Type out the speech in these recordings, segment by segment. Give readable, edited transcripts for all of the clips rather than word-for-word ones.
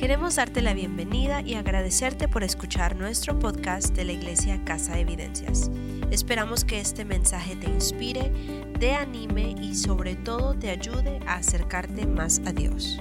Queremos darte la bienvenida y agradecerte por escuchar nuestro podcast de la Iglesia Casa de Evidencias. Esperamos que este mensaje te inspire, te anime y sobre todo te ayude a acercarte más a Dios.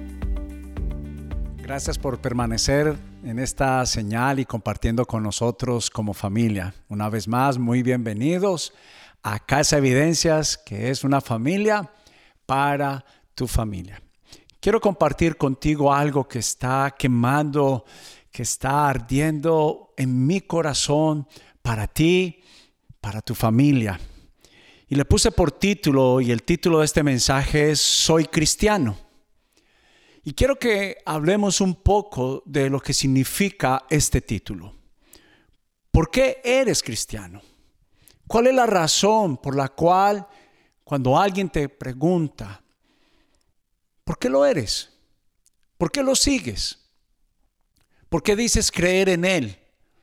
Gracias por permanecer en esta señal y compartiendo con nosotros como familia. Una vez más, muy bienvenidos a Casa Evidencias, que es una familia para tu familia. Quiero compartir contigo algo que está quemando, que está ardiendo en mi corazón para ti, para tu familia. Y le puse por título, y el título de este mensaje es Soy Cristiano. Y quiero que hablemos un poco de lo que significa este título. ¿Por qué eres cristiano? ¿Cuál es la razón por la cual cuando alguien te pregunta, ¿por qué lo eres? ¿Por qué lo sigues? ¿Por qué dices creer en Él?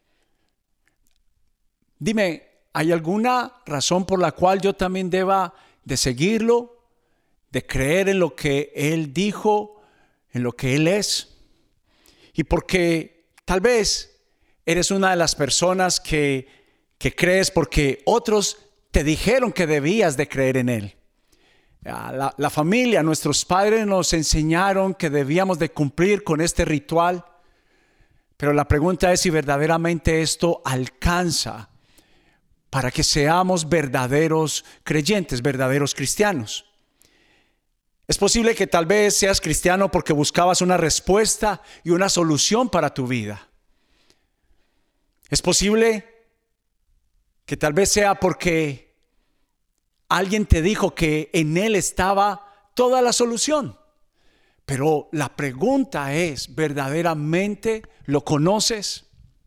Dime, ¿hay alguna razón por la cual yo también deba de seguirlo, de creer en lo que Él dijo, en lo que Él es? Y porque tal vez eres una de las personas que crees porque otros te dijeron que debías de creer en Él. La familia, nuestros padres nos enseñaron que debíamos de cumplir con este ritual, pero la pregunta es si verdaderamente esto alcanza para que seamos verdaderos creyentes, verdaderos cristianos. Es posible que tal vez seas cristiano porque buscabas una respuesta y una solución para tu vida. Es posible que tal vez sea porque alguien te dijo que en Él estaba toda la solución. Pero la pregunta es, ¿verdaderamente lo conoces?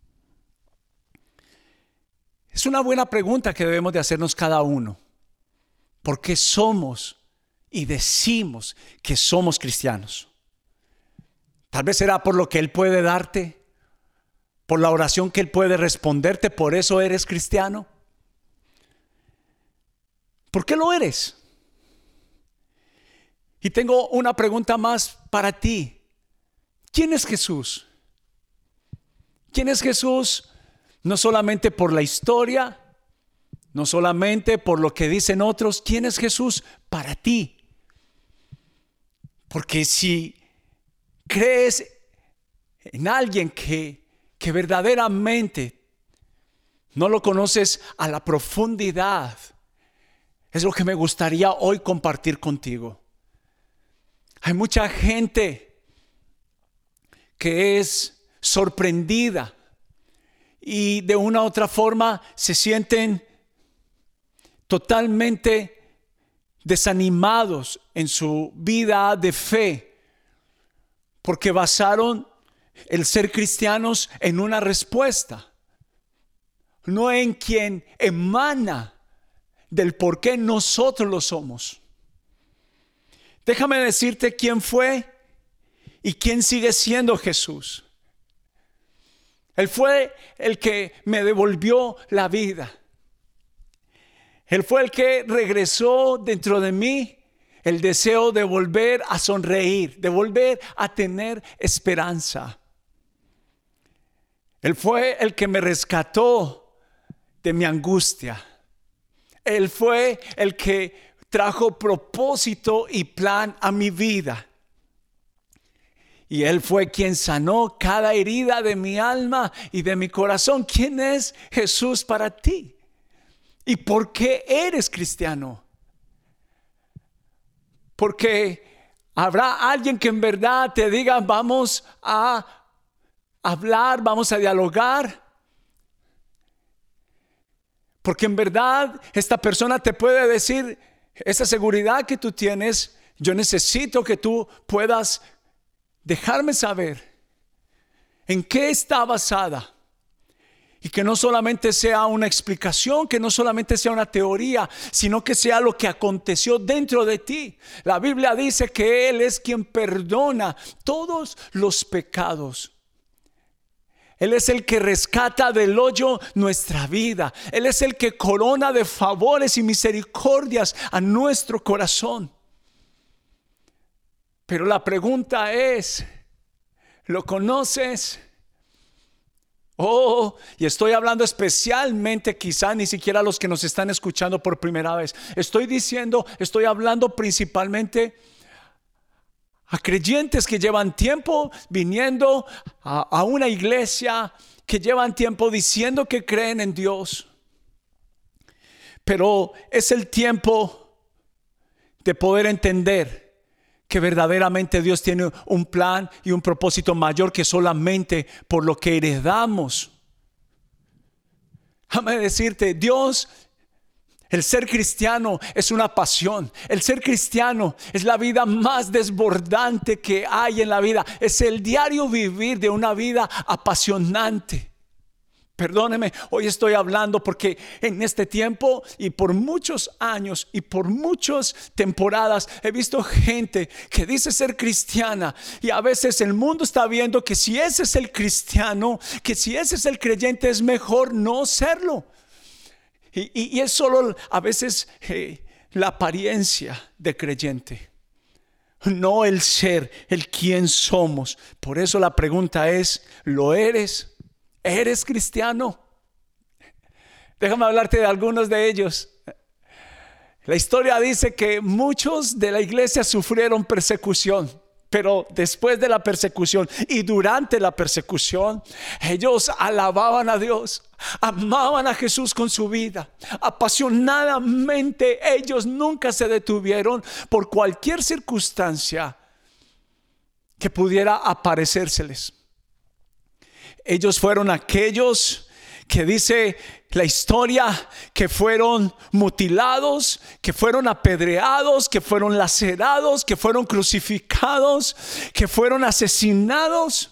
Es una buena pregunta que debemos de hacernos cada uno. ¿Por qué somos y decimos que somos cristianos? Tal vez será por lo que Él puede darte, por la oración que Él puede responderte, por eso eres cristiano. ¿Por qué lo eres? Y tengo una pregunta más para ti. ¿Quién es Jesús? ¿Quién es Jesús? No solamente por la historia, no solamente por lo que dicen otros. ¿Quién es Jesús para ti? Porque si crees en alguien que verdaderamente no lo conoces a la profundidad, es lo que me gustaría hoy compartir contigo. Hay mucha gente que es sorprendida y de una u otra forma se sienten totalmente desanimados en su vida de fe porque basaron el ser cristianos en una respuesta, no en quien emana del por qué nosotros lo somos. Déjame decirte quién fue y quién sigue siendo Jesús. Él fue el que me devolvió la vida. Él fue el que regresó dentro de mí el deseo de volver a sonreír, de volver a tener esperanza. Él fue el que me rescató de mi angustia. Él fue el que trajo propósito y plan a mi vida. Y Él fue quien sanó cada herida de mi alma y de mi corazón. ¿Quién es Jesús para ti? ¿Y por qué eres cristiano? Porque habrá alguien que en verdad te diga, vamos a hablar, vamos a dialogar. Porque en verdad esta persona te puede decir, esa seguridad que tú tienes, yo necesito que tú puedas dejarme saber en qué está basada. Y que no solamente sea una explicación, que no solamente sea una teoría, sino que sea lo que aconteció dentro de ti. La Biblia dice que Él es quien perdona todos los pecados. Él es el que rescata del hoyo nuestra vida. Él es el que corona de favores y misericordias a nuestro corazón. Pero la pregunta es, ¿Lo conoces? Oh, y estoy hablando especialmente, quizá ni siquiera a los que nos están escuchando por primera vez. Estoy hablando principalmente a creyentes que llevan tiempo viniendo a una iglesia, que llevan tiempo diciendo que creen en Dios. Pero es el tiempo de poder entender que verdaderamente Dios tiene un plan y un propósito mayor que solamente por lo que heredamos. Déjame decirte, Dios, el ser cristiano es una pasión. El ser cristiano es la vida más desbordante que hay en la vida. Es el diario vivir de una vida apasionante. Perdóneme, hoy estoy hablando porque en este tiempo y por muchos años y por muchas temporadas he visto gente que dice ser cristiana, y a veces el mundo está viendo que si ese es el cristiano, que si ese es el creyente, es mejor no serlo. Y es solo a veces la apariencia de creyente, no el ser, el quién somos. Por eso la pregunta es, ¿lo eres? ¿Eres cristiano? Déjame hablarte de algunos de ellos. La historia dice que muchos de la iglesia sufrieron persecución, pero después de la persecución y durante la persecución, ellos alababan a Dios, amaban a Jesús con su vida, apasionadamente. Ellos nunca se detuvieron por cualquier circunstancia que pudiera aparecérseles. Ellos fueron aquellos que dice la historia que fueron mutilados, que fueron apedreados, que fueron lacerados, que fueron crucificados, que fueron asesinados,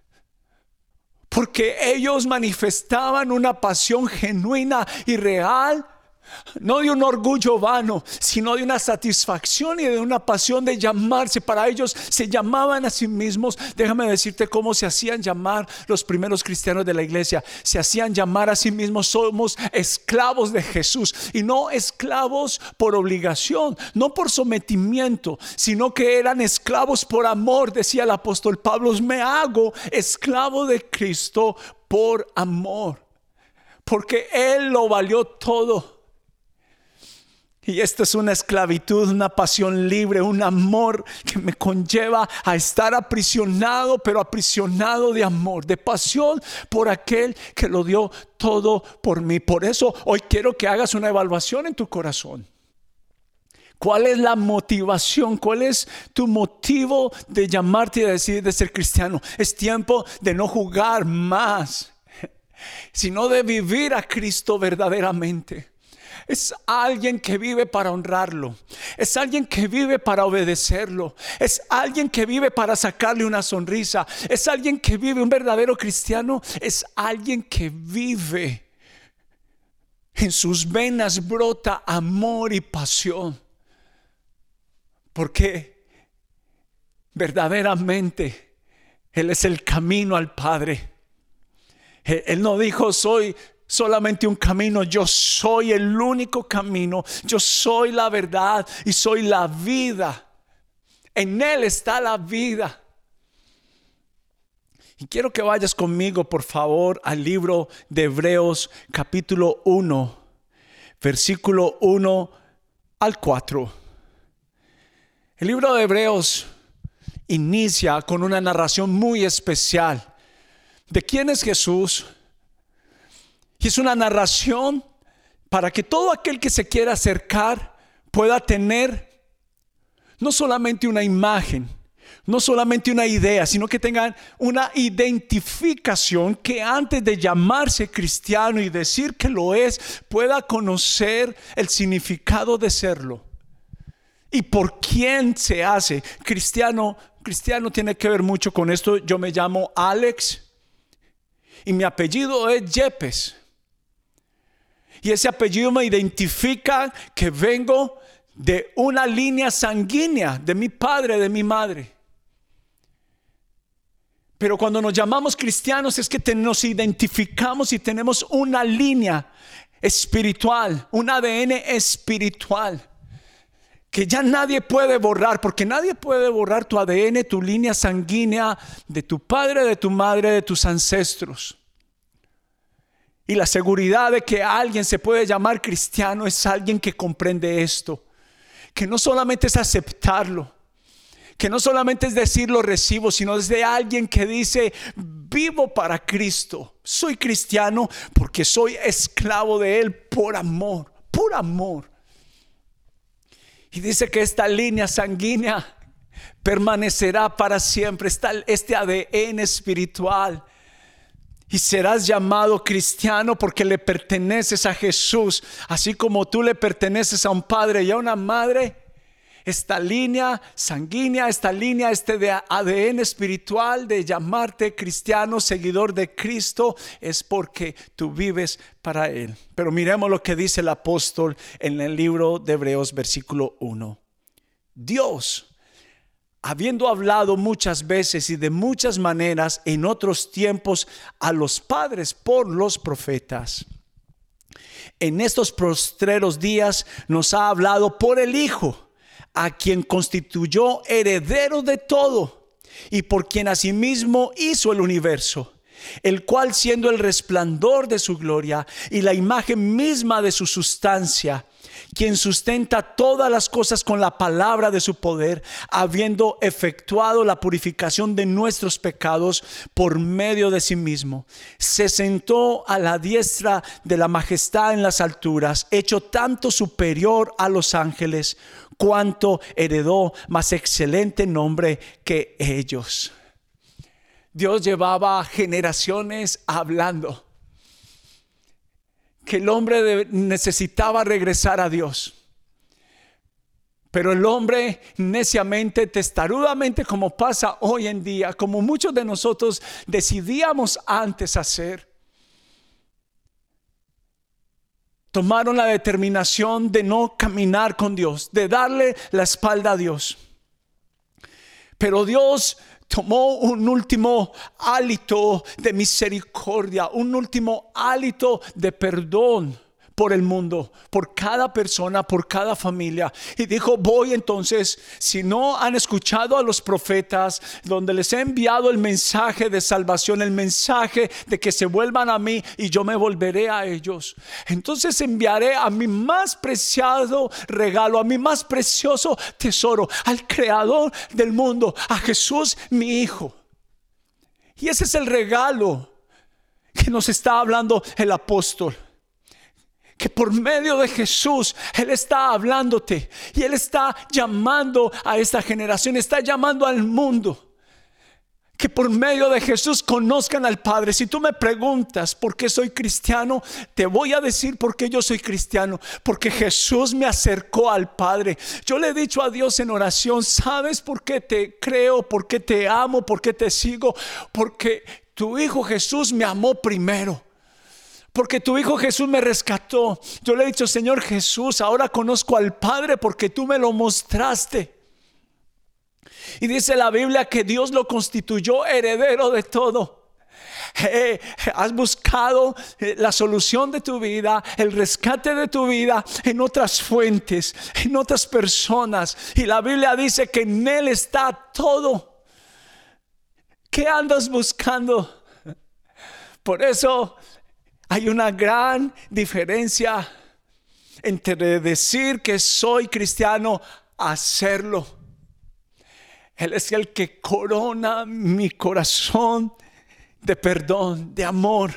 porque ellos manifestaban una pasión genuina y real, no de un orgullo vano, sino de una satisfacción y de una pasión de llamarse. Para ellos se llamaban a sí mismos. Déjame decirte cómo se hacían llamar los primeros cristianos de la iglesia. Se hacían llamar a sí mismos: somos esclavos de Jesús. Y no esclavos por obligación, no por sometimiento, sino que eran esclavos por amor. Decía el apóstol Pablo: me hago esclavo de Cristo por amor, porque Él lo valió todo. Y esta es una esclavitud, una pasión libre, un amor que me conlleva a estar aprisionado, pero aprisionado de amor, de pasión por aquel que lo dio todo por mí. Por eso hoy quiero que hagas una evaluación en tu corazón. ¿Cuál es la motivación? ¿Cuál es tu motivo de llamarte y de decidir de ser cristiano? Es tiempo de no jugar más, sino de vivir a Cristo verdaderamente. Es alguien que vive para honrarlo. Es alguien que vive para obedecerlo. Es alguien que vive para sacarle una sonrisa. Es alguien que vive. Un verdadero cristiano es alguien que vive. En sus venas brota amor y pasión, porque verdaderamente Él es el camino al Padre. Él no dijo: soy solamente un camino. Yo soy el único camino. Yo soy la verdad y soy la vida. En Él está la vida. Y quiero que vayas conmigo, por favor, al libro de Hebreos, capítulo 1, versículo 1 al 4. El libro de Hebreos inicia con una narración muy especial de quién es Jesús. Y es una narración para que todo aquel que se quiera acercar pueda tener no solamente una imagen, no solamente una idea, sino que tengan una identificación, que antes de llamarse cristiano y decir que lo es, pueda conocer el significado de serlo y por quién se hace cristiano. Cristiano tiene que ver mucho con esto. Yo me llamo Alex y mi apellido es Yepes. Y ese apellido me identifica que vengo de una línea sanguínea de mi padre, de mi madre. Pero cuando nos llamamos cristianos es que nos identificamos y tenemos una línea espiritual, un ADN espiritual. que ya nadie puede borrar, porque nadie puede borrar tu ADN, tu línea sanguínea de tu padre, de tu madre, de tus ancestros. Y la seguridad de que alguien se puede llamar cristiano es alguien que comprende esto, que no solamente es aceptarlo, que no solamente es decir lo recibo, sino es de alguien que dice: vivo para Cristo, soy cristiano porque soy esclavo de Él por amor, por amor. Y dice que esta línea sanguínea permanecerá para siempre, este ADN espiritual. Y serás llamado cristiano porque le perteneces a Jesús, así como tú le perteneces a un padre y a una madre. Esta línea sanguínea, esta línea de ADN espiritual de llamarte cristiano, seguidor de Cristo, es porque tú vives para Él. Pero miremos lo que dice el apóstol en el libro de Hebreos, versículo 1. Dios, habiendo hablado muchas veces y de muchas maneras en otros tiempos a los padres por los profetas, en estos postreros días nos ha hablado por el Hijo, a quien constituyó heredero de todo y por quien asimismo hizo el universo, el cual, siendo el resplandor de su gloria y la imagen misma de su sustancia, quien sustenta todas las cosas con la palabra de su poder, habiendo efectuado la purificación de nuestros pecados por medio de sí mismo, se sentó a la diestra de la majestad en las alturas, hecho tanto superior a los ángeles, cuanto heredó más excelente nombre que ellos. Dios llevaba generaciones hablando que el hombre necesitaba regresar a Dios. Pero el hombre neciamente, testarudamente, como pasa hoy en día, como muchos de nosotros decidíamos antes hacer, tomaron la determinación de no caminar con Dios, de darle la espalda a Dios. Pero Dios tomó un último hálito de misericordia, un último hálito de perdón por el mundo, por cada persona, por cada familia. Y dijo: voy entonces, si no han escuchado a los profetas, donde les he enviado el mensaje de salvación, el mensaje de que se vuelvan a mí y yo me volveré a ellos, entonces enviaré a mi más preciado regalo, a mi más precioso tesoro, al creador del mundo, a Jesús mi Hijo. Y ese es el regalo que nos está hablando el apóstol, que por medio de Jesús Él está hablándote y Él está llamando a esta generación, está llamando al mundo, que por medio de Jesús conozcan al Padre. Si tú me preguntas por qué soy cristiano, te voy a decir por qué yo soy cristiano: porque Jesús me acercó al Padre. Yo le he dicho a Dios en oración: ¿sabes por qué te creo? ¿Por qué te amo? ¿Por qué te sigo? Porque tu Hijo Jesús me amó primero. Porque tu Hijo Jesús me rescató. Yo le he dicho: Señor Jesús, ahora conozco al Padre porque tú me lo mostraste. Y dice la Biblia que Dios lo constituyó heredero de todo. Has buscado la solución de tu vida, el rescate de tu vida en otras fuentes, en otras personas. Y la Biblia dice que en Él está todo. ¿Qué andas buscando? Por eso hay una gran diferencia entre decir que soy cristiano a hacerlo. Él es el que corona mi corazón de perdón, de amor.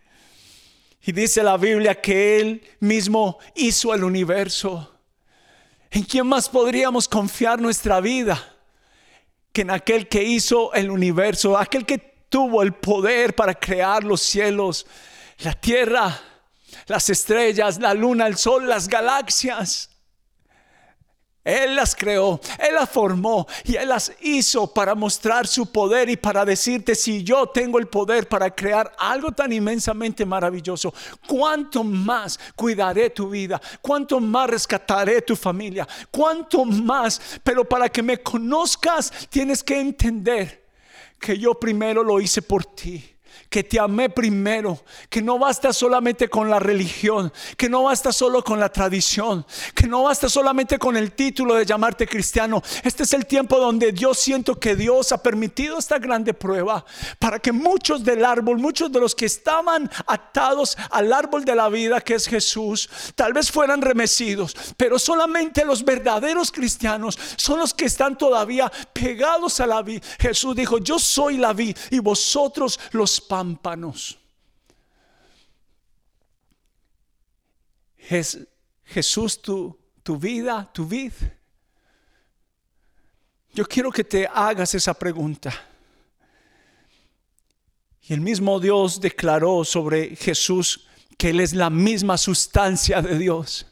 Y dice la Biblia que Él mismo hizo el universo. ¿En quién más podríamos confiar nuestra vida que en aquel que hizo el universo, aquel que tuvo el poder para crear los cielos, la tierra, las estrellas, la luna, el sol, las galaxias? Él las creó, Él las formó y Él las hizo para mostrar su poder y para decirte: si yo tengo el poder para crear algo tan inmensamente maravilloso, ¿cuánto más cuidaré tu vida? ¿Cuánto más rescataré tu familia? ¿Cuánto más? Pero para que me conozcas tienes que entender que yo primero lo hice por ti. que te amé primero, que no basta solamente con la religión, que no basta solo con la tradición, que no basta solamente con el título de llamarte cristiano. Este es el tiempo donde yo siento que Dios ha permitido esta grande prueba para que muchos del árbol, muchos de los que estaban atados al árbol de la vida que es Jesús, tal vez fueran remecidos, pero solamente los verdaderos cristianos son los que están todavía pegados a la vid. Jesús dijo: yo soy la vid y vosotros los pámpanos. Jesús, tu vida, tu vid. Yo quiero que te hagas esa pregunta. Y el mismo Dios declaró sobre Jesús que Él es la misma sustancia de Dios.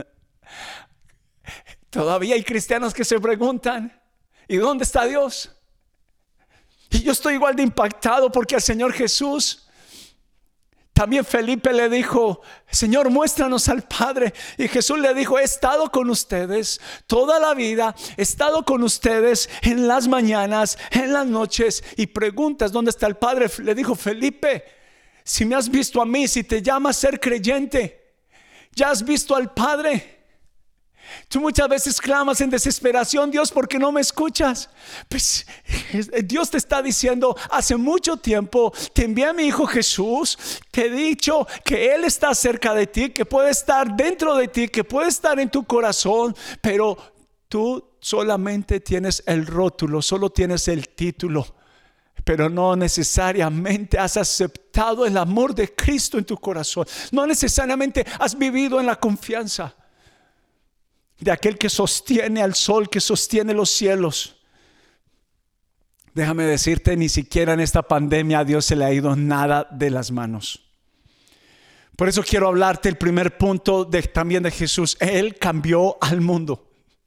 Todavía hay cristianos que se preguntan: ¿y dónde está Dios? Y yo estoy igual de impactado porque al Señor Jesús, también Felipe le dijo: Señor, muéstranos al Padre. Y Jesús le dijo: he estado con ustedes toda la vida, he estado con ustedes en las mañanas, en las noches, y preguntas ¿dónde está el Padre? Le dijo: Felipe, si me has visto a mí, si te llamas ser creyente, ya has visto al Padre. Tú muchas veces clamas en desesperación: Dios, ¿por qué no me escuchas? Pues Dios te está diciendo: hace mucho tiempo te envié a mi Hijo Jesús, te he dicho que Él está cerca de ti, que puede estar dentro de ti, que puede estar en tu corazón, pero tú solamente tienes el rótulo, solo tienes el título, pero no necesariamente has aceptado el amor de Cristo en tu corazón. No necesariamente has vivido en la confianza de aquel que sostiene al sol, que sostiene los cielos. Déjame decirte, ni siquiera en esta pandemia a Dios se le ha ido nada de las manos. Por eso quiero hablarte el primer punto también de Jesús. Él cambió al mundo.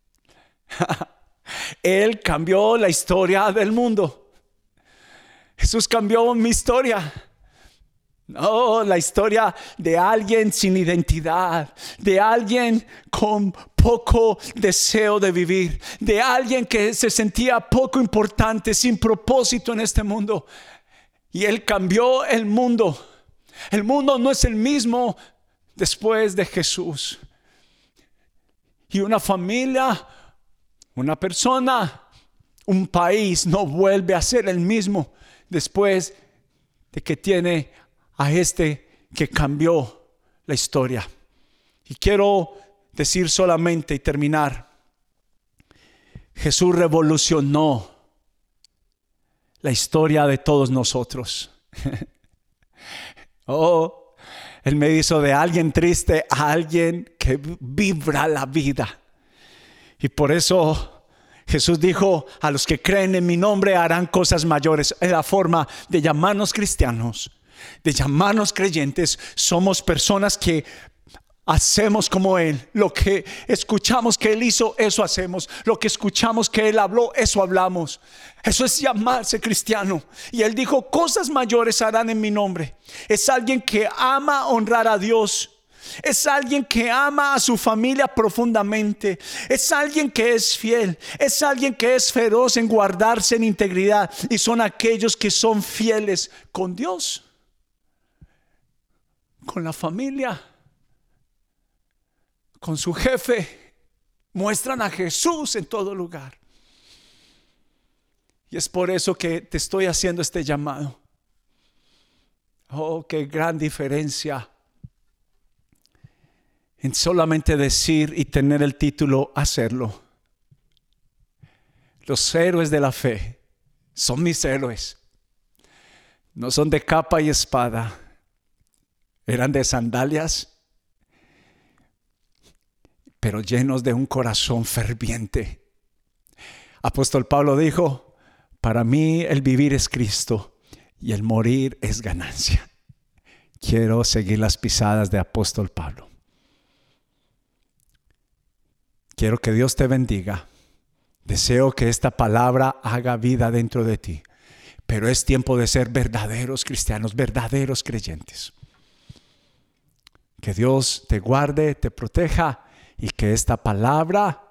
Él cambió la historia del mundo. Jesús cambió mi historia. No, la historia de alguien sin identidad, de alguien con poco deseo de vivir, de alguien que se sentía poco importante, sin propósito en este mundo. Y Él cambió el mundo. El mundo no es el mismo después de Jesús. Y una familia, una persona, un país no vuelve a ser el mismo después de que tiene a este que cambió la historia. Y quiero decir solamente y terminar: Jesús revolucionó la historia de todos nosotros. Él me hizo de alguien triste a alguien que vibra la vida. Y por eso Jesús dijo: a los que creen en mi nombre harán cosas mayores. Es la forma de llamarnos cristianos, de llamarnos creyentes. Somos personas que hacemos como Él. Lo que escuchamos que Él hizo, eso hacemos. Lo que escuchamos que Él habló, eso hablamos. Eso es llamarse cristiano. Y Él dijo: cosas mayores harán en mi nombre. Es alguien que ama honrar a Dios. Es alguien que ama a su familia profundamente. Es alguien que es fiel. Es alguien que es feroz en guardarse en integridad. Y son aquellos que son fieles con Dios, con la familia, con su jefe. Muestran a Jesús en todo lugar. Y es por eso que te estoy haciendo este llamado. Oh, qué gran diferencia en solamente decir y tener el título, hacerlo. Los héroes de la fe son mis héroes. No son de capa y espada. Eran de sandalias, pero llenos de un corazón ferviente. Apóstol Pablo dijo: para mí el vivir es Cristo y el morir es ganancia. Quiero seguir las pisadas de Apóstol Pablo. Quiero que Dios te bendiga. Deseo que esta palabra haga vida dentro de ti. Pero es tiempo de ser verdaderos cristianos, verdaderos creyentes. Que Dios te guarde, te proteja y que esta palabra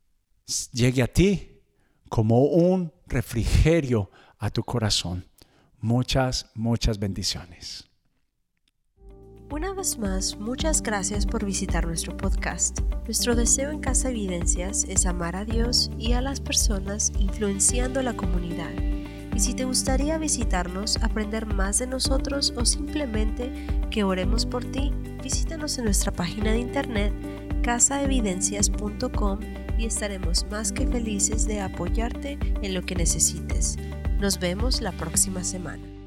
llegue a ti como un refrigerio a tu corazón. Muchas, muchas bendiciones. Una vez más, muchas gracias por visitar nuestro podcast. Nuestro deseo en Casa Evidencias es amar a Dios y a las personas influenciando la comunidad. Y si te gustaría visitarnos, aprender más de nosotros o simplemente que oremos por ti, visítanos en nuestra página de internet casaevidencias.com y estaremos más que felices de apoyarte en lo que necesites. Nos vemos la próxima semana.